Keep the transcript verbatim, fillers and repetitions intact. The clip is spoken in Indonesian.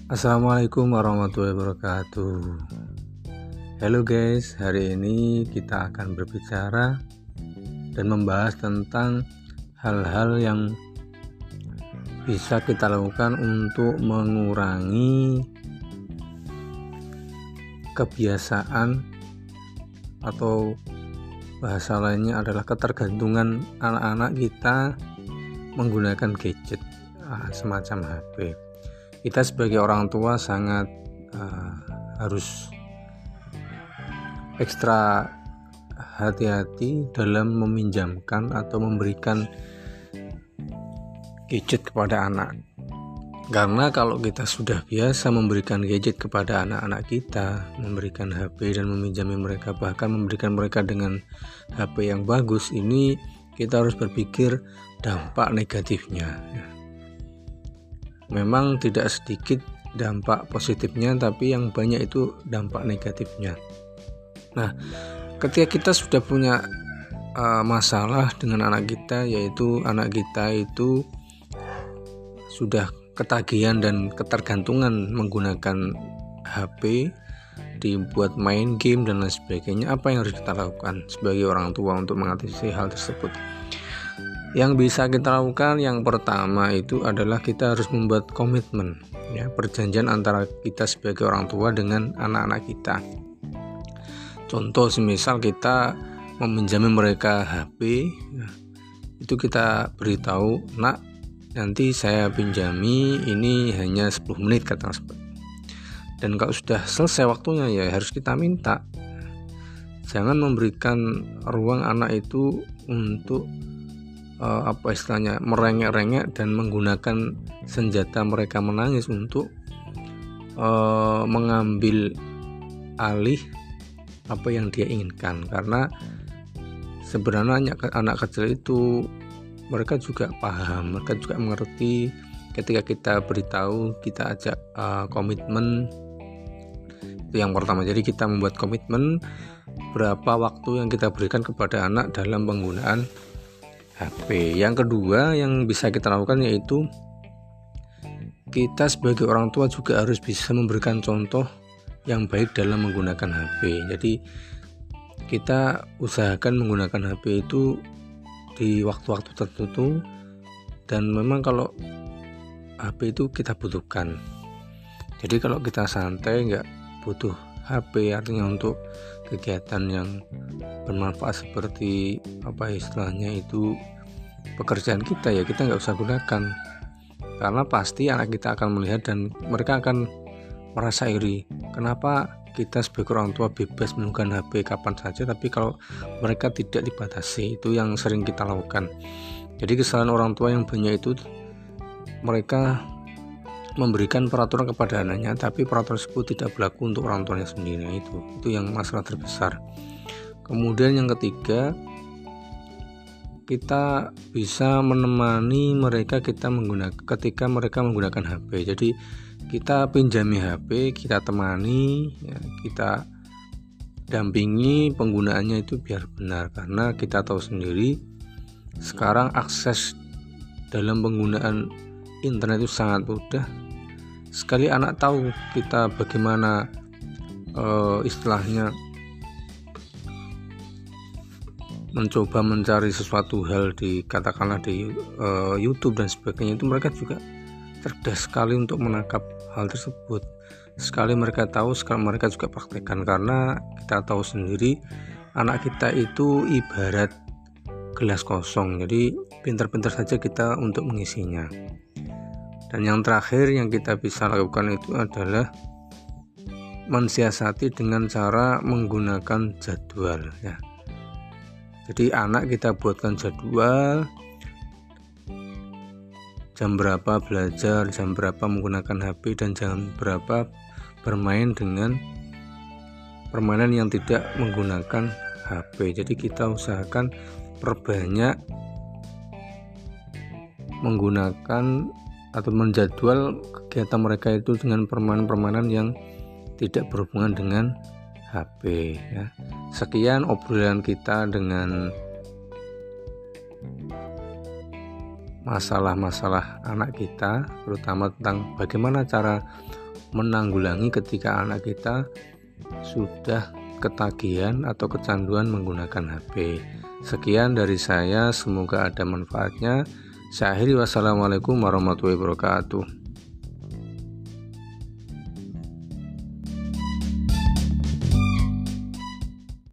Assalamualaikum warahmatullahi wabarakatuh. Halo guys, hari ini kita akan berbicara dan membahas tentang hal-hal yang bisa kita lakukan untuk mengurangi kebiasaan atau bahasa lainnya adalah ketergantungan anak-anak kita menggunakan gadget semacam H P. Kita sebagai orang tua sangat uh, harus ekstra hati-hati dalam meminjamkan atau memberikan gadget kepada anak. Karena kalau kita sudah biasa memberikan gadget kepada anak-anak kita, memberikan H P dan meminjami mereka, bahkan memberikan mereka dengan H P yang bagus, ini kita harus berpikir dampak negatifnya. Memang tidak sedikit dampak positifnya, tapi yang banyak itu dampak negatifnya. Nah, ketika kita sudah punya uh, masalah dengan anak kita, yaitu anak kita itu sudah ketagihan dan ketergantungan menggunakan H P, dibuat main game dan lain sebagainya, apa yang harus kita lakukan sebagai orang tua untuk mengatasi hal tersebut? Yang bisa kita lakukan yang pertama itu adalah kita harus membuat komitmen, ya, perjanjian antara kita sebagai orang tua dengan anak-anak kita. Contoh, semisal kita meminjami mereka H P, ya, itu kita beritahu, nak, nanti saya pinjami ini hanya sepuluh menit kata tersebut. Dan kalau sudah selesai waktunya ya harus kita minta. Jangan memberikan ruang anak itu untuk Uh, apa istilahnya merengek-rengek dan menggunakan senjata mereka menangis untuk uh, mengambil alih apa yang dia inginkan. Karena sebenarnya anak kecil itu mereka juga paham, mereka juga mengerti ketika kita beritahu, kita ajak uh, komitmen. Itu yang pertama. Jadi kita membuat komitmen berapa waktu yang kita berikan kepada anak dalam penggunaan H P. Yang kedua yang bisa kita lakukan yaitu kita sebagai orang tua juga harus bisa memberikan contoh yang baik dalam menggunakan H P. Jadi kita usahakan menggunakan H P itu di waktu-waktu tertentu, dan memang kalau H P itu kita butuhkan. Jadi kalau kita santai nggak butuh H P, artinya untuk kegiatan yang bermanfaat seperti apa istilahnya itu pekerjaan kita, ya kita nggak usah gunakan, karena pasti anak kita akan melihat dan mereka akan merasa iri. Kenapa kita sebagai orang tua bebas menggunakan H P kapan saja, tapi kalau mereka tidak dibatasi? Itu yang sering kita lakukan. Jadi kesalahan orang tua yang banyak itu mereka memberikan peraturan kepada anaknya, tapi peraturan tersebut tidak berlaku untuk orang tuanya sendiri. Itu itu yang masalah terbesar. Kemudian yang ketiga, kita bisa menemani mereka kita menggunakan ketika mereka menggunakan H P. Jadi kita pinjami H P, kita temani, ya, kita dampingi penggunaannya itu biar benar, karena kita tahu sendiri sekarang akses dalam penggunaan internet itu sangat mudah. Sekali anak tahu kita bagaimana uh, istilahnya mencoba mencari sesuatu hal di katakanlah di uh, YouTube dan sebagainya, itu mereka juga cerdas sekali untuk menangkap hal tersebut. Sekali mereka tahu, sekarang mereka juga praktekkan, karena kita tahu sendiri anak kita itu ibarat gelas kosong, jadi pintar-pintar saja kita untuk mengisinya. Dan yang terakhir yang kita bisa lakukan itu adalah mensiasati dengan cara menggunakan jadwal, ya. Jadi anak kita buatkan jadwal, jam berapa belajar, jam berapa menggunakan H P, dan jam berapa bermain dengan permainan yang tidak menggunakan H P. Jadi kita usahakan perbanyak menggunakan atau menjadwal kegiatan mereka itu dengan permainan-permainan yang tidak berhubungan dengan H P, ya. Sekian obrolan kita dengan masalah-masalah anak kita, terutama tentang bagaimana cara menanggulangi ketika anak kita sudah ketagihan atau kecanduan menggunakan H P. Sekian dari saya, semoga ada manfaatnya. Saya akhiri, wassalamualaikum warahmatullahi wabarakatuh.